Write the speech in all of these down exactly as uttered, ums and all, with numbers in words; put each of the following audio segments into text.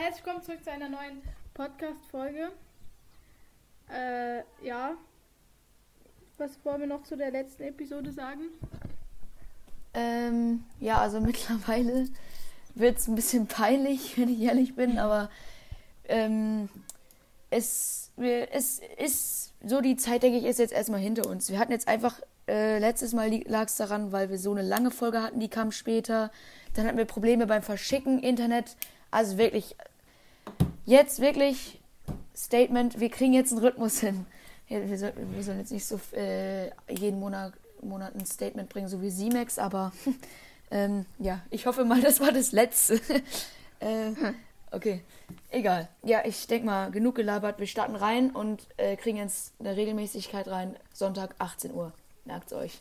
herzlich willkommen zurück zu einer neuen Podcast-Folge. Äh, ja. Was wollen wir noch zu der letzten Episode sagen? Ähm, ja, also mittlerweile wird es ein bisschen peinlich, wenn ich ehrlich bin, aber ähm, es, wir, es ist so, die Zeit, denke ich, ist jetzt erstmal hinter uns. Wir hatten jetzt einfach, äh, letztes Mal lag es daran, weil wir so eine lange Folge hatten, die kam später. Dann hatten wir Probleme beim Verschicken, Internet. Also wirklich, jetzt wirklich Statement, wir kriegen jetzt einen Rhythmus hin. Ja, wir, soll, wir sollen jetzt nicht so äh, jeden Monat, Monat ein Statement bringen, so wie Simex, aber ähm, ja, ich hoffe mal, das war das Letzte. äh, okay, egal. Ja, ich denke mal, genug gelabert. Wir starten rein und äh, kriegen jetzt eine Regelmäßigkeit rein. Sonntag achtzehn Uhr. Merkt's euch.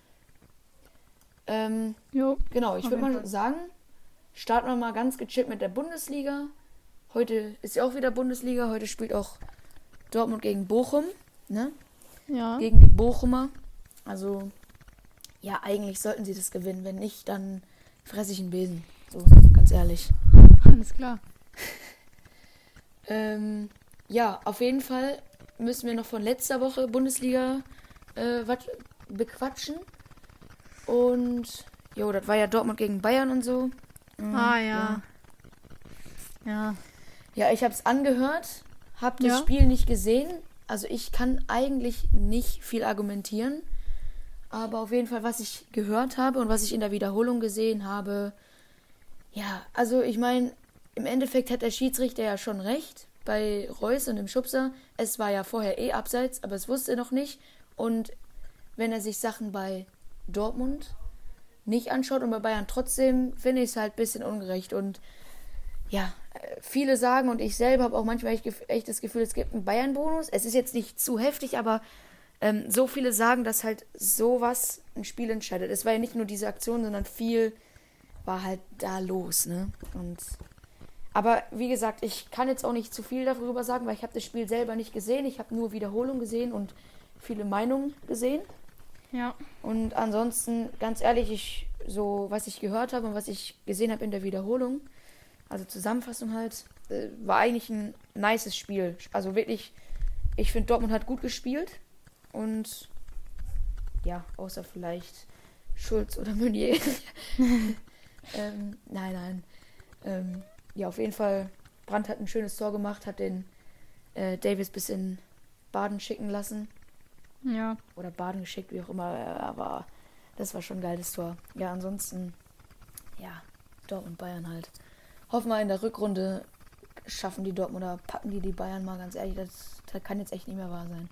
Ähm, jo. Genau, ich würde mal sagen, starten wir mal ganz gechillt mit der Bundesliga. Heute ist ja auch wieder Bundesliga. Heute spielt auch Dortmund gegen Bochum, ne? Ja. Gegen die Bochumer. Also, ja, eigentlich sollten sie das gewinnen. Wenn nicht, dann fresse ich einen Besen. So, ganz ehrlich. Alles klar. ähm, ja, auf jeden Fall müssen wir noch von letzter Woche Bundesliga äh, was bequatschen. Und, jo, das war ja Dortmund gegen Bayern und so. Mhm, ah, ja. Ja, ja, ja ich habe es angehört, habe das ja. Spiel nicht gesehen. Also ich kann eigentlich nicht viel argumentieren. Aber auf jeden Fall, was ich gehört habe und was ich in der Wiederholung gesehen habe, ja, also ich meine, im Endeffekt hat der Schiedsrichter ja schon recht bei Reus und dem Schubser. Es war ja vorher eh abseits, aber es wusste er noch nicht. Und wenn er sich Sachen bei Dortmund nicht anschaut und bei Bayern trotzdem, finde ich es halt ein bisschen ungerecht. Und ja, viele sagen und ich selber habe auch manchmal echt, echt das Gefühl, es gibt einen Bayern-Bonus. Es ist jetzt nicht zu heftig, aber ähm, so viele sagen, dass halt sowas ein Spiel entscheidet. Es war ja nicht nur diese Aktion, sondern viel war halt da los, ne? Und aber wie gesagt, ich kann jetzt auch nicht zu viel darüber sagen, weil ich habe das Spiel selber nicht gesehen. Ich habe nur Wiederholung gesehen und viele Meinungen gesehen. Ja. Und ansonsten, ganz ehrlich, ich so, was ich gehört habe und was ich gesehen habe in der Wiederholung, also Zusammenfassung halt, äh, war eigentlich ein nices Spiel. Also wirklich, ich finde, Dortmund hat gut gespielt. Und ja, außer vielleicht Schulz oder Meunier. ähm, nein, nein. Ähm, ja, auf jeden Fall, Brandt hat ein schönes Tor gemacht, hat den äh, Davis bis in Baden schicken lassen. Ja. Oder Baden geschickt, wie auch immer, aber das war schon ein geiles Tor. Ja, ansonsten, ja, Dortmund Bayern halt. Hoffen wir in der Rückrunde schaffen die Dortmunder, packen die die Bayern mal, ganz ehrlich, das, das kann jetzt echt nicht mehr wahr sein.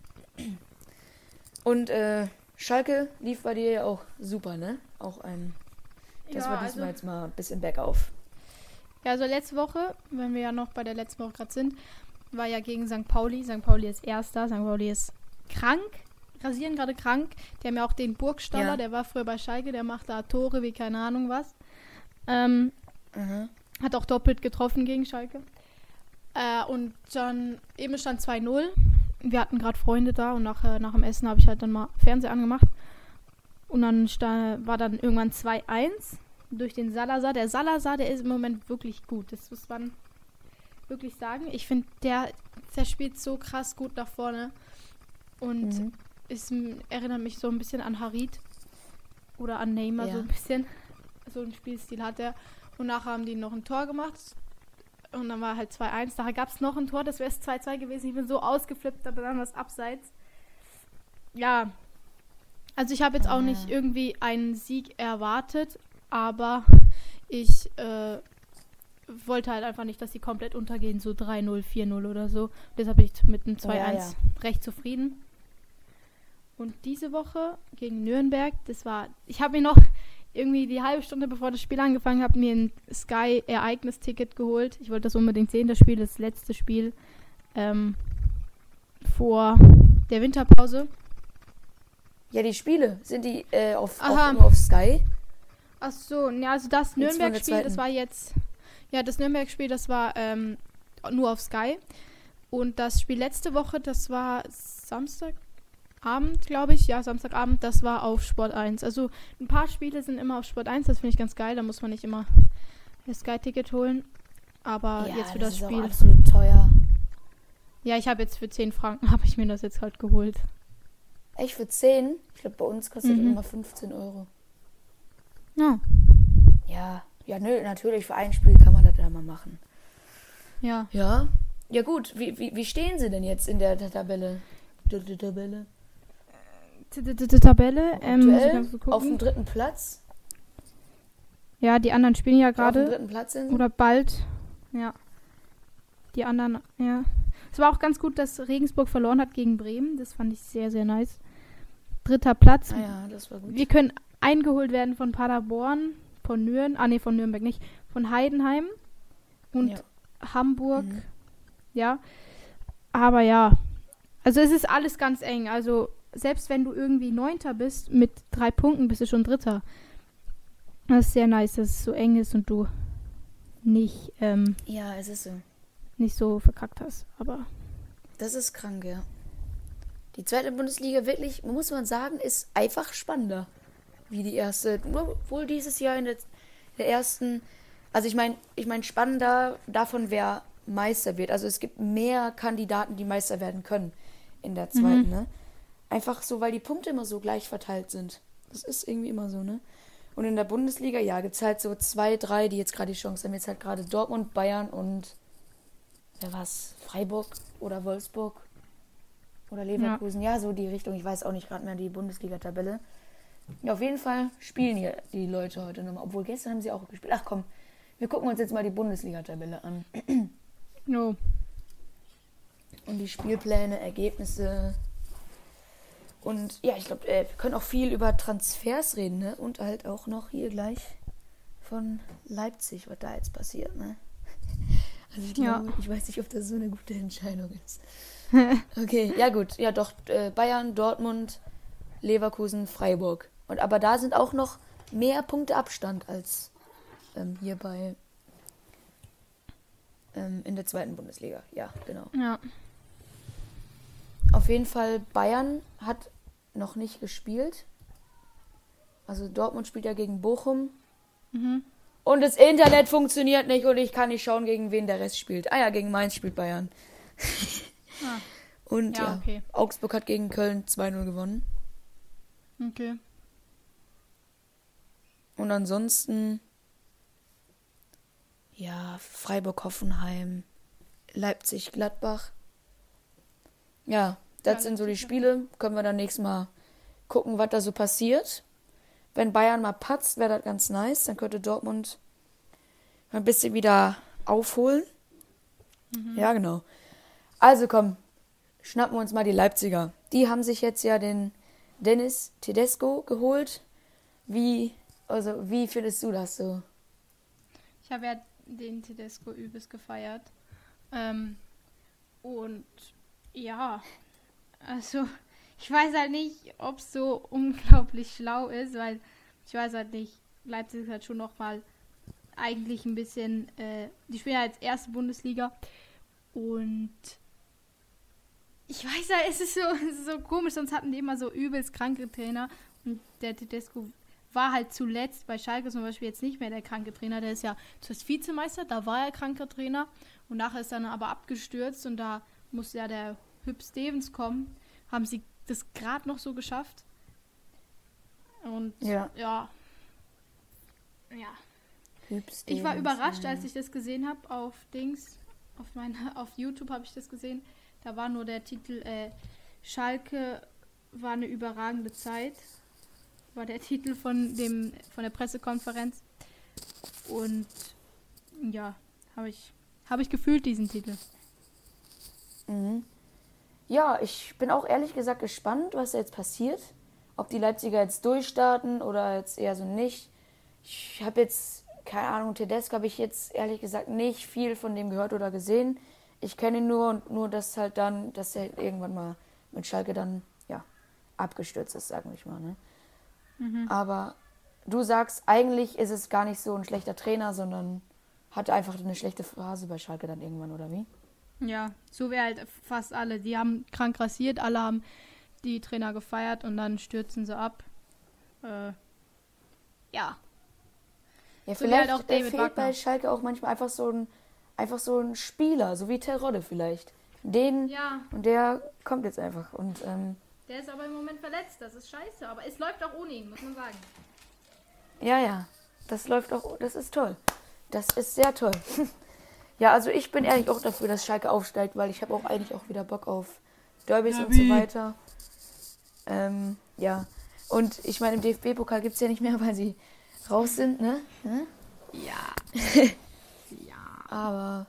Und äh, Schalke lief bei dir ja auch super, ne? Auch ein, das ja, war diesmal also, jetzt mal ein bisschen bergauf. Ja, also letzte Woche, wenn wir ja noch bei der letzten Woche gerade sind, war ja gegen Sankt Pauli. Sankt Pauli ist Erster, Sankt Pauli ist krank. Rasieren gerade krank. Die haben ja auch den Burgstaller, ja. Der war früher bei Schalke, der macht da Tore wie keine Ahnung was. Ähm, mhm. Hat auch doppelt getroffen gegen Schalke. Äh, und dann eben stand zwei null. Wir hatten gerade Freunde da und nach, äh, nach dem Essen habe ich halt dann mal Fernseher angemacht. Und dann stand, war dann irgendwann zwei eins durch den Salazar. Der Salazar, der ist im Moment wirklich gut. Das muss man wirklich sagen. Ich finde, der, der spielt so krass gut nach vorne. Und mhm. Es erinnert mich so ein bisschen an Harit oder an Neymar, ja. so ein bisschen. So einen Spielstil hat er. Und nachher haben die noch ein Tor gemacht. Und dann war halt zwei eins. Nachher gab es noch ein Tor, das wäre es zwei zwei gewesen. Ich bin so ausgeflippt, aber dann war es abseits. Ja, also ich habe jetzt auch nicht irgendwie einen Sieg erwartet, aber ich äh, wollte halt einfach nicht, dass sie komplett untergehen, so drei null, vier null oder so. Deshalb bin ich mit einem zwei eins ja, ja. recht zufrieden. Und diese Woche gegen Nürnberg, das war, ich habe mir noch irgendwie die halbe Stunde bevor das Spiel angefangen hat, mir ein Sky-Ereignis-Ticket geholt. Ich wollte das unbedingt sehen, das Spiel, das letzte Spiel ähm, vor der Winterpause. Ja, die Spiele, sind die äh, auf, auch nur auf Sky? Ach so, ja, also das Nürnberg-Spiel, das war jetzt, ja, das Nürnberg-Spiel, das war ähm, nur auf Sky. Und das Spiel letzte Woche, das war Samstag. Abend, glaube ich, ja, Samstagabend, das war auf Sport eins. Also ein paar Spiele sind immer auf Sport eins, das finde ich ganz geil, da muss man nicht immer das Sky-Ticket holen. Aber Ja, jetzt für das das ist auch Spiel. absolut teuer. Ja, ich habe jetzt für zehn Franken, habe ich mir das jetzt halt geholt. Echt für zehn? Ich glaube, bei uns kostet das Mhm. immer fünfzehn Euro. Ja. Ja, ja, nö, natürlich, für ein Spiel kann man das ja mal machen. Ja. Ja, ja gut, wie, wie, wie stehen sie denn jetzt in der der Tabelle? Der, der Tabelle? Die, die, die Tabelle, ähm, muss ich Aktuell ganz kurz gucken. auf dem dritten Platz. Ja, die anderen spielen ja Auf dem gerade. dritten Platz sind sie. Oder bald. Ja. Die anderen, ja. Es war auch ganz gut, dass Regensburg verloren hat gegen Bremen. Das fand ich sehr, sehr nice. Dritter Platz. Ah ja, das war gut. Wir können eingeholt werden von Paderborn, von Nürnberg, ah nee, von Nürnberg nicht, von Heidenheim und Ja. Hamburg. Mhm. Ja. Aber ja. Also es ist alles ganz eng. Also selbst wenn du irgendwie Neunter bist, mit drei Punkten bist du schon Dritter. Das ist sehr nice, dass es so eng ist und du nicht, ähm, Ja, es ist so. nicht so verkackt hast. Aber Das ist krank, ja. Die zweite Bundesliga wirklich, muss man sagen, ist einfach spannender wie die erste. Obwohl dieses Jahr in der, der ersten, also ich meine, ich meine spannender davon, wer Meister wird. Also es gibt mehr Kandidaten, die Meister werden können in der zweiten, Mhm. ne? Einfach so, weil die Punkte immer so gleich verteilt sind. Das ist irgendwie immer so, ne? Und in der Bundesliga, ja, gibt es halt so zwei, drei, die jetzt gerade die Chance haben. Jetzt halt gerade Dortmund, Bayern und wer war's? Freiburg oder Wolfsburg oder Leverkusen. Ja, so die Richtung. Ich weiß auch nicht gerade mehr die Bundesliga-Tabelle. Ja, auf jeden Fall spielen hier die Leute heute nochmal. Obwohl gestern haben sie auch gespielt. Ach komm, wir gucken uns jetzt mal die Bundesliga-Tabelle an. no. Und die Spielpläne, Ergebnisse. Und ja, ich glaube, äh, wir können auch viel über Transfers reden, ne? Und halt auch noch hier gleich von Leipzig, was da jetzt passiert, ne? Also ich Ja. glaube, ich weiß nicht, ob das so eine gute Entscheidung ist. Okay, ja gut. Ja doch, äh, Bayern, Dortmund, Leverkusen, Freiburg. Und aber da sind auch noch mehr Punkte Abstand als ähm, hier bei ähm, in der zweiten Bundesliga. Ja, genau. Ja. Auf jeden Fall, Bayern hat noch nicht gespielt. Also Dortmund spielt ja gegen Bochum. Mhm. Und das Internet funktioniert nicht und ich kann nicht schauen, gegen wen der Rest spielt. Ah ja, gegen Mainz spielt Bayern. Ah, Und ja, ja, okay. Augsburg hat gegen Köln zwei null gewonnen. Okay. Und ansonsten, ja, Freiburg-Hoffenheim, Leipzig-Gladbach. Ja, das Ja, sind so die Leipzig, Spiele. Können wir dann nächstes Mal gucken, was da so passiert. Wenn Bayern mal patzt, wäre das ganz nice. Dann könnte Dortmund ein bisschen wieder aufholen. Mhm. Ja, genau. Also komm, schnappen wir uns mal die Leipziger. Die haben sich jetzt ja den Dennis Tedesco geholt. Wie, also wie findest du das so? Ich habe ja den Tedesco übelst gefeiert. Ähm, und ja, also ich weiß halt nicht, ob es so unglaublich schlau ist, weil ich weiß halt nicht, Leipzig ist halt schon nochmal eigentlich ein bisschen, äh, die spielen ja als erste Bundesliga und ich weiß halt, es ist so, es ist so komisch, sonst hatten die immer so übelst kranke Trainer und der Tedesco war halt zuletzt bei Schalke zum Beispiel jetzt nicht mehr der kranke Trainer, der ist ja zuerst Vizemeister, da war er kranker Trainer und nachher ist dann aber abgestürzt und da musste ja der Hüb Stevens kommen, haben sie das gerade noch so geschafft. Und Ja. ja. Ja. Hübsch Ich war Stevens, überrascht, ja. als ich das gesehen habe auf Dings, auf mein, auf YouTube habe ich das gesehen. Da war nur der Titel äh, Schalke war eine überragende Zeit. War der Titel von dem von der Pressekonferenz. Und ja, habe ich habe ich gefühlt diesen Titel. Mhm. Ja, ich bin auch ehrlich gesagt gespannt, was da jetzt passiert. Ob die Leipziger jetzt durchstarten oder jetzt eher so nicht. Ich habe jetzt, keine Ahnung, Tedesco habe ich jetzt ehrlich gesagt nicht viel von dem gehört oder gesehen. Ich kenne ihn nur und nur, dass halt dann, dass er irgendwann mal mit Schalke dann, ja, abgestürzt ist, sagen wir mal, ne? Mhm. Aber du sagst, eigentlich ist es gar nicht so ein schlechter Trainer, sondern hatte einfach eine schlechte Phase bei Schalke dann irgendwann, oder wie? Ja, so wie halt fast alle. Die haben krank rasiert, alle haben die Trainer gefeiert und dann stürzen sie ab. Äh, ja. Ja, So wie vielleicht halt auch äh, David fehlt Wagner. bei Schalke auch manchmal einfach so ein einfach so ein Spieler, so wie Terodde vielleicht. Den Ja. und der kommt jetzt einfach. Und ähm, Der ist aber im Moment verletzt, das ist scheiße. Aber es läuft auch ohne ihn, muss man sagen. ja, ja, das läuft auch, das ist toll. Das ist sehr toll. Ja, also ich bin ehrlich auch dafür, dass Schalke aufsteigt, weil ich habe auch eigentlich auch wieder Bock auf Derbys Derby. und so weiter. Ähm, ja. Und ich meine, im D F B-Pokal gibt es ja nicht mehr, weil sie raus sind, ne? ne? Ja. ja. Aber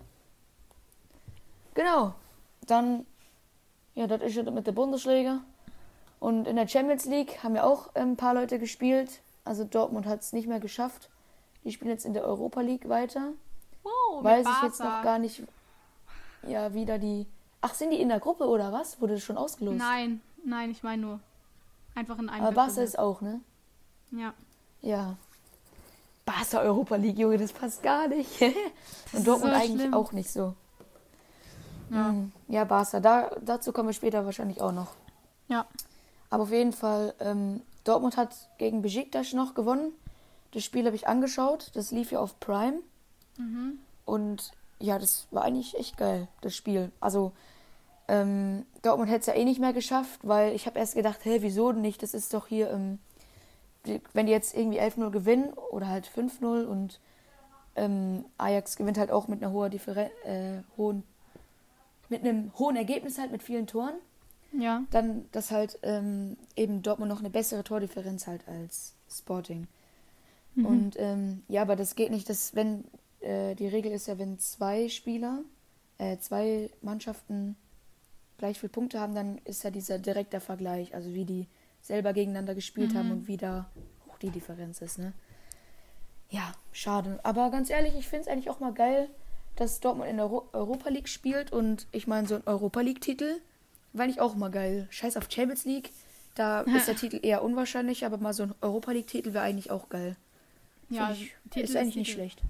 genau. Dann, ja, das ist es mit der Bundesliga. Und in der Champions League haben ja auch ein paar Leute gespielt. Also Dortmund hat es nicht mehr geschafft. Die spielen jetzt in der Europa League weiter. Wow, Weiß mit ich jetzt Barca. noch gar nicht, ja, wieder die... Ach, sind die in der Gruppe oder was? Wurde das schon ausgelost? Nein, nein, ich meine nur. Einfach in einem Aber Barca Wettbewerb. ist auch, ne? Ja. Ja. Barca Europa League, Junge, das passt gar nicht. Und ist Dortmund so eigentlich schlimm. auch nicht so. Ja. Hm, Ja, Barca, da, dazu kommen wir später wahrscheinlich auch noch. Ja. Aber auf jeden Fall, ähm, Dortmund hat gegen Besiktas noch gewonnen. Das Spiel habe ich angeschaut. Das lief ja auf Prime. Mhm. Und ja, das war eigentlich echt geil, das Spiel. Also, ähm, Dortmund hätte es ja eh nicht mehr geschafft, weil ich habe erst gedacht, hä, wieso denn nicht? Das ist doch hier, ähm, die, wenn die jetzt irgendwie elf null gewinnen oder halt fünf null und ähm, Ajax gewinnt halt auch mit einer hohen Differen äh, hohen, mit einem hohen Ergebnis halt, mit vielen Toren, Ja. dann, dass halt ähm, eben Dortmund noch eine bessere Tordifferenz halt als Sporting. Mhm. Und ähm, ja, aber das geht nicht, dass wenn äh, die Regel ist ja, wenn zwei Spieler, äh, zwei Mannschaften gleich viele Punkte haben, dann ist ja dieser direkter Vergleich, also wie die selber gegeneinander gespielt Mhm. haben und wie da hoch die Differenz ist, ne? Ja, schade. Aber ganz ehrlich, ich finde es eigentlich auch mal geil, dass Dortmund in der Euro- Europa League spielt und ich meine, so ein Europa League-Titel war eigentlich auch mal geil. Scheiß auf Champions League, da ist der Titel eher unwahrscheinlich, aber mal so ein Europa League-Titel wäre eigentlich auch geil. Ja, Find ich, Titel ist eigentlich nicht Titel. schlecht.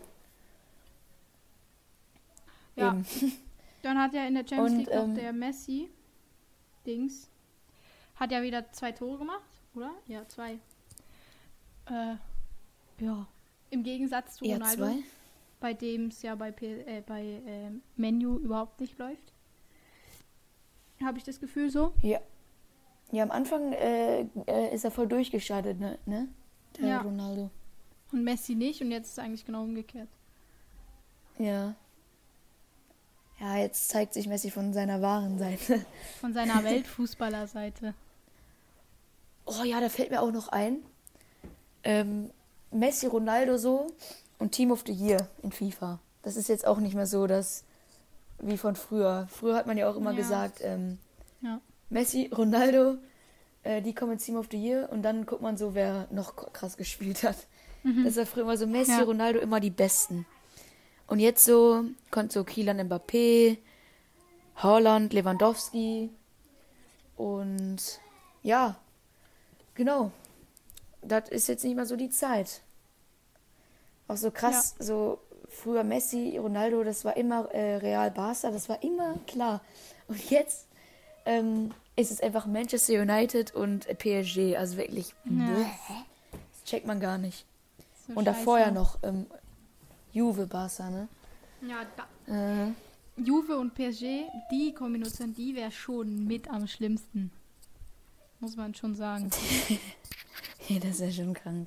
Ja. Eben. Dann hat ja in der Champions Und, League noch ähm, der Messi, Dings, hat ja wieder zwei Tore gemacht, oder? Ja, zwei. Äh, ja. Im Gegensatz zu Eher Ronaldo, zwei. bei dem es ja bei, P äh, bei äh, Menu überhaupt nicht läuft. Habe ich das Gefühl so? Ja. Ja, am Anfang äh, äh, ist er voll durchgestartet, ne? ne? Der Ja. Ronaldo. Und Messi nicht und jetzt ist es eigentlich genau umgekehrt. Ja. Ja, jetzt zeigt sich Messi von seiner wahren Seite. Von seiner Weltfußballerseite. Oh ja, da fällt mir auch noch ein. Ähm, Messi, Ronaldo so und Team of the Year in FIFA. Das ist jetzt auch nicht mehr so, dass wie von früher. Früher hat man ja auch immer Ja. gesagt, ähm, Ja. Messi, Ronaldo, äh, die kommen ins Team of the Year und dann guckt man so, wer noch krass gespielt hat. Mhm. Das war früher immer so Messi, Ja. Ronaldo, immer die Besten. Und jetzt so kommt so Kylian Mbappé, Haaland, Lewandowski und ja, genau. Das ist jetzt nicht mehr so die Zeit. Auch so krass, so früher Messi, Ronaldo, das war immer äh, Real Barca, das war immer klar. Und jetzt ähm, ist es einfach Manchester United und P S G, also wirklich, Ja. bäh, das checkt man gar nicht. So Und scheiße. davor ja noch ähm, Juve, Barca, ne? Ja, da, Äh, Juve und P S G, die Kombination, die wäre schon mit am schlimmsten. Muss man schon sagen. ja, das ist ja schon krank.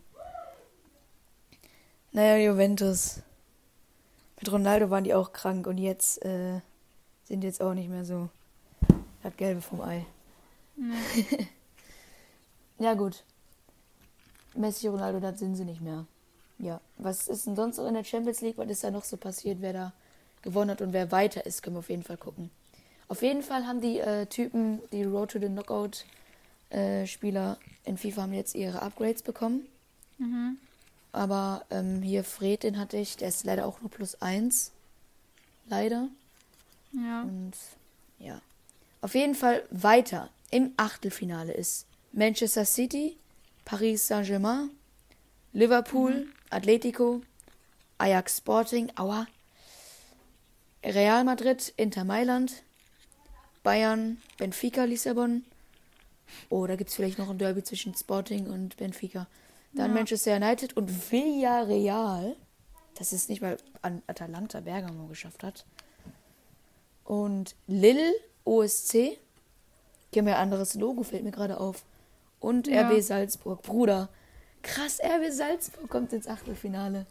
Naja, Juventus. Mit Ronaldo waren die auch krank und jetzt äh, sind jetzt auch nicht mehr so das Gelbe vom Ei. Ja. Ja, gut. Messi, Ronaldo, das sind sie nicht mehr. Ja, was ist denn sonst so in der Champions League? Was ist da noch so passiert? Wer da gewonnen hat und wer weiter ist, können wir auf jeden Fall gucken. Auf jeden Fall haben die äh, Typen, die Road to the Knockout äh, Spieler in FIFA haben jetzt ihre Upgrades bekommen. Mhm. Aber ähm, hier Fred, den hatte ich, der ist leider auch nur plus eins. Leider. Ja. Und ja. Auf jeden Fall weiter im Achtelfinale ist Manchester City, Paris Saint-Germain, Liverpool, Atletico, Ajax Sporting, aua, Real Madrid, Inter Mailand, Bayern, Benfica, Lissabon. Oh, da gibt es vielleicht noch ein Derby zwischen Sporting und Benfica. Dann Ja. Manchester United und Villarreal. das ist nicht mal an Atalanta Bergamo geschafft hat. Und Lille O S C, die haben ja ein anderes Logo, fällt mir gerade auf. Und Ja. R B Salzburg, Bruder. Krass, R B Salzburg kommt ins Achtelfinale.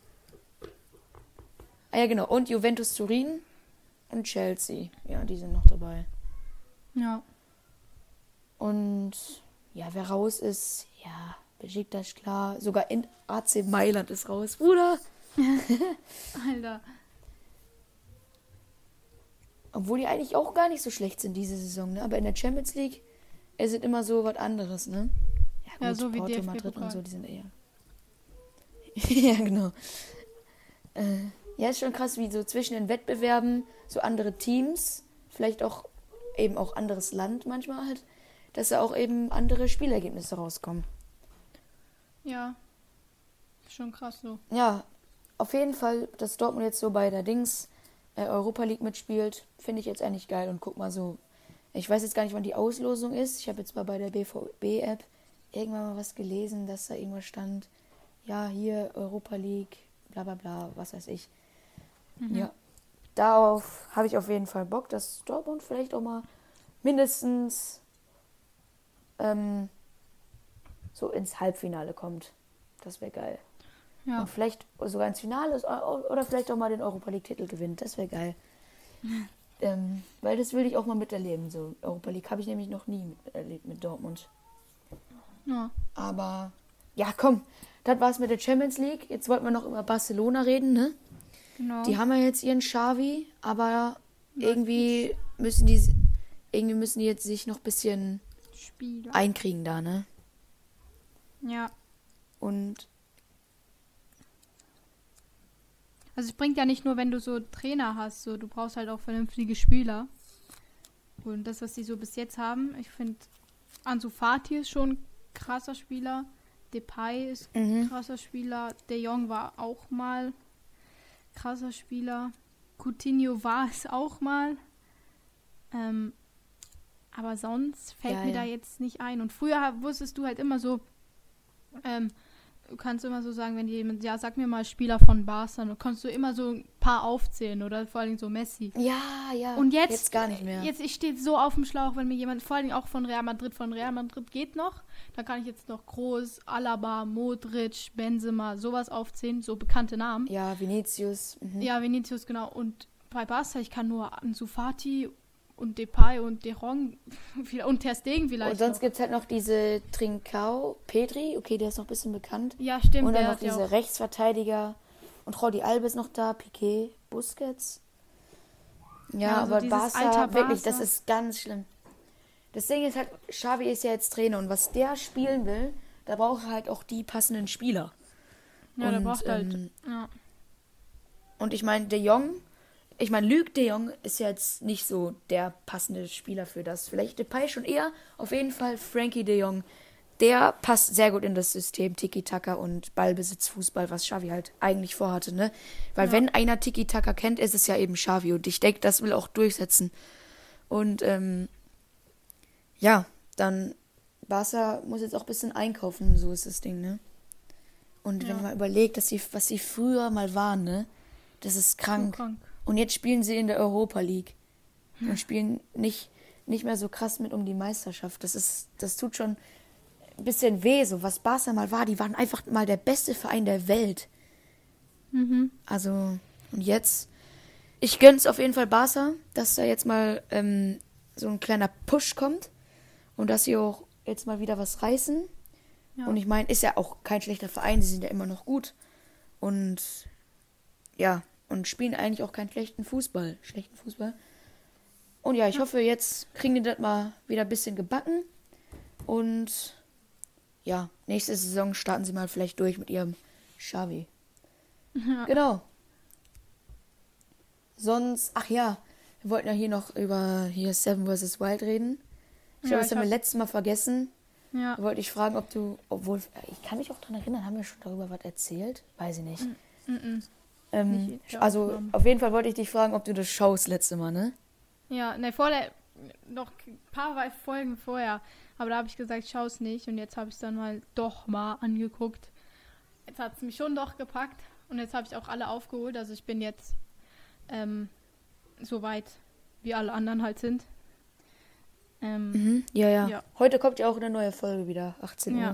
Ah ja, genau. Und Juventus Turin und Chelsea. Ja, die sind noch dabei. Ja. Und ja, wer raus ist, ja, Besiktas klar. Sogar in A C Mailand ist raus, Bruder. Alter. Obwohl die eigentlich auch gar nicht so schlecht sind diese Saison, ne? Aber in der Champions League ist es immer so was anderes, ne? Ja, gut, Ja, so wie Porto, D F B Madrid Pokal. und so, die sind eher. Ja, genau. Äh, ja, ist schon krass, wie so zwischen den Wettbewerben so andere Teams, vielleicht auch eben auch anderes Land manchmal halt, dass da auch eben andere Spielergebnisse rauskommen. Ja. Schon krass so. Ja, auf jeden Fall, dass Dortmund jetzt so bei der Dings äh, Europa League mitspielt, finde ich jetzt eigentlich geil. Und guck mal so, ich weiß jetzt gar nicht, wann die Auslosung ist. Ich habe jetzt mal bei der B V B-App irgendwann mal was gelesen, dass da irgendwas stand. Ja, hier Europa League, bla bla bla, was weiß ich. Mhm. Ja, darauf habe ich auf jeden Fall Bock, dass Dortmund vielleicht auch mal mindestens ähm, so ins Halbfinale kommt. Das wäre geil. Ja. Und vielleicht sogar ins Finale ist, oder vielleicht auch mal den Europa League-Titel gewinnt. Das wäre geil. ähm, weil das will ich auch mal miterleben. So Europa League habe ich nämlich noch nie miterlebt mit Dortmund. Ja. Aber ja, komm, das war's mit der Champions League. Jetzt wollten wir noch über Barcelona reden, ne? Genau. Die haben ja jetzt ihren Xavi, aber irgendwie müssen die irgendwie müssen die jetzt sich noch ein bisschen Spieler. einkriegen da, ne? Ja. Und Also es bringt ja nicht nur, wenn du so Trainer hast, so du brauchst halt auch vernünftige Spieler. Und das, was die so bis jetzt haben, ich finde, Ansu Fati ist schon ein krasser Spieler, Depay ist ein mhm. krasser Spieler, De Jong war auch mal krasser Spieler, Coutinho war es auch mal. Ähm, aber sonst fällt Ja, mir ja. da jetzt nicht ein. Und früher wusstest du halt immer so, ähm, du kannst immer so sagen, wenn jemand, ja, sag mir mal Spieler von Barca, dann kannst du immer so ein paar aufzählen oder vor allem so Messi. Ja, ja. Und jetzt, jetzt gar nicht mehr. Jetzt, ich stehe so auf dem Schlauch, wenn mir jemand, vor allem auch von Real Madrid, von Real Madrid geht noch, dann kann ich jetzt noch Kroos, Alaba, Modric, Benzema, sowas aufzählen, so bekannte Namen. Ja, Vinicius. Mhm. Ja, Vinicius, genau. Und bei Barca, ich kann nur Ansu Fati und Depay und De Jong und Ter Stegen vielleicht Und sonst noch. gibt es halt noch diese Trincao, Pedri, okay, der ist noch ein bisschen bekannt. Ja, stimmt. Und dann der noch hat ja diese auch, Rechtsverteidiger. Und Jordi Alba ist noch da, Piqué, Busquets. Ja, Ja, so aber dieses Barca, alter wirklich, Barca. das ist ganz schlimm. Das Ding ist halt, Xavi ist ja jetzt Trainer und was der spielen will, da braucht er halt auch die passenden Spieler. ja, der und, braucht halt, ähm, ja. Und ich meine, De Jong, ich meine, Luc De Jong ist ja jetzt nicht so der passende Spieler für das. Vielleicht Depay schon eher, auf jeden Fall Frankie De Jong. Der passt sehr gut in das System Tiki-Taka und Ballbesitz-Fußball, was Xavi halt eigentlich vorhatte, ne? Weil Ja. wenn einer Tiki-Taka kennt, ist es ja eben Xavi und ich denke, das will auch durchsetzen. Und ähm, ja, dann Barca muss jetzt auch ein bisschen einkaufen, so ist das Ding, ne? Und Ja. wenn man mal überlegt, dass sie, was sie früher mal waren, ne? Das ist krank. So krank. Und jetzt spielen sie in der Europa League und spielen nicht, nicht mehr so krass mit um die Meisterschaft. Das ist, das tut schon ein bisschen weh, so was Barca mal war. Die waren einfach mal der beste Verein der Welt. Mhm. Also, und jetzt, ich gönn's auf jeden Fall Barca, dass da jetzt mal ähm, so ein kleiner Push kommt und dass sie auch jetzt mal wieder was reißen. Ja. Und ich meine, ist ja auch kein schlechter Verein, sie sind ja immer noch gut. Und ja, und spielen eigentlich auch keinen schlechten Fußball. Schlechten Fußball. Und ja, ich hoffe, jetzt kriegen die das mal wieder ein bisschen gebacken. Und ja, nächste Saison starten sie mal vielleicht durch mit ihrem Xavi. Ja. Genau. Sonst, ach ja, wir wollten ja hier noch über hier Seven versus. Wild reden. Ich Ja, glaube, das ich haben wir hab- letztes Mal vergessen. Ja. Da wollte ich fragen, ob du, obwohl, ich kann mich auch daran erinnern, haben wir schon darüber was erzählt? Weiß ich nicht. Mhm. Ähm, Nicht in der also, Aufnahme. auf jeden Fall wollte ich dich fragen, ob du das schaust letzte Mal, ne? Ja, ne, vor der, noch ein paar Folgen vorher. Aber da habe ich gesagt, ich schaue es nicht. Und jetzt habe ich es dann mal doch mal angeguckt. Jetzt hat es mich schon doch gepackt. Und jetzt habe ich auch alle aufgeholt. Also ich bin jetzt ähm, so weit, wie alle anderen halt sind. Ähm, Mhm. Ja, ja, ja. Heute kommt ja auch eine neue Folge wieder, achtzehn Uhr. Ja.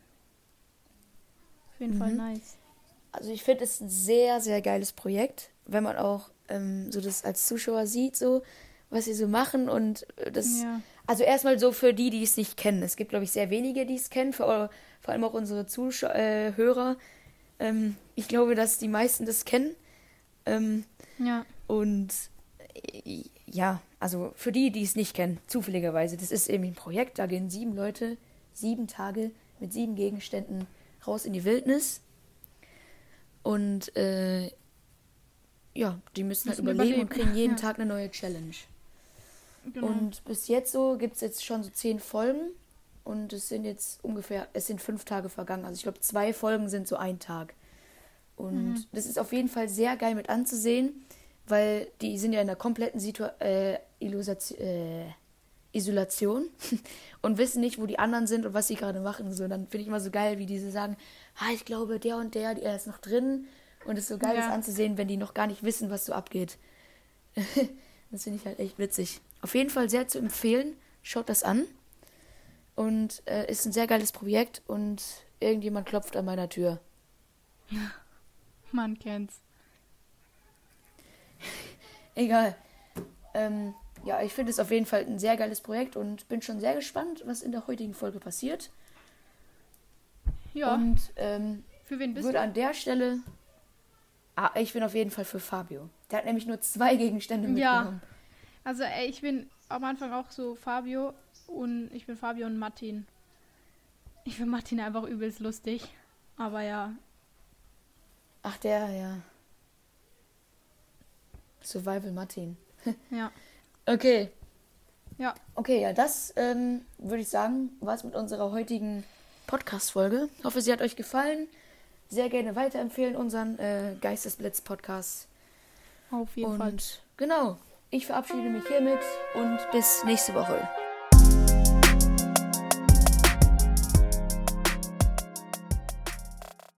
Auf jeden Fall Mhm. nice. Also ich finde es ein sehr, sehr geiles Projekt, wenn man auch ähm, so das als Zuschauer sieht, so was sie so machen und äh, das. Ja. Also erstmal so für die, die es nicht kennen. Es gibt, glaube ich, sehr wenige, die es kennen, für, vor allem auch unsere Zuschauer, äh, Hörer. Ähm, ich glaube, dass die meisten das kennen. Ähm, Ja. und äh, ja, also für die, die es nicht kennen, zufälligerweise, das ist irgendwie ein Projekt, da gehen sieben Leute, sieben Tage mit sieben Gegenständen raus in die Wildnis. Und äh, ja, die müssen halt Müssen überleben, und überleben. kriegen jeden Ja. Tag eine neue Challenge. Genau. Und bis jetzt so gibt es jetzt schon so zehn Folgen. Und es sind jetzt ungefähr, es sind fünf Tage vergangen. Also ich glaube, zwei Folgen sind so ein Tag. Und Mhm. das ist auf jeden Fall sehr geil mit anzusehen, weil die sind ja in einer kompletten Situ äh, Illusation, äh, Isolation und wissen nicht, wo die anderen sind und was sie gerade machen. So, dann finde ich immer so geil, wie diese sagen, ah, ich glaube, der und der, der ist noch drin. Und es ist so geil, Ja. das anzusehen, wenn die noch gar nicht wissen, was so abgeht. Das finde ich halt echt witzig. Auf jeden Fall sehr zu empfehlen. Schaut das an. Und äh, ist ein sehr geiles Projekt und irgendjemand klopft an meiner Tür. Man kennt's. Egal. Ähm, ja, ich finde es auf jeden Fall ein sehr geiles Projekt und bin schon sehr gespannt, was in der heutigen Folge passiert. Ja. Und ähm, Für wen bist würde du? an der Stelle... Ah, ich bin auf jeden Fall für Fabio. Der hat nämlich nur zwei Gegenstände Ja. mitgenommen. Also ey, ich bin am Anfang auch so Fabio und ich bin Fabio und Martin. Ich finde Martin einfach übelst lustig. Aber ja. Ach, der, ja. Survival Martin. Ja. Okay. Ja. Okay, ja, das ähm, würde ich sagen, war es mit unserer heutigen Podcast-Folge. Ich hoffe, sie hat euch gefallen. Sehr gerne weiterempfehlen unseren äh, Geistesblitz-Podcast. Auf jeden Und Fall. genau, ich verabschiede mich hiermit und bis nächste Woche.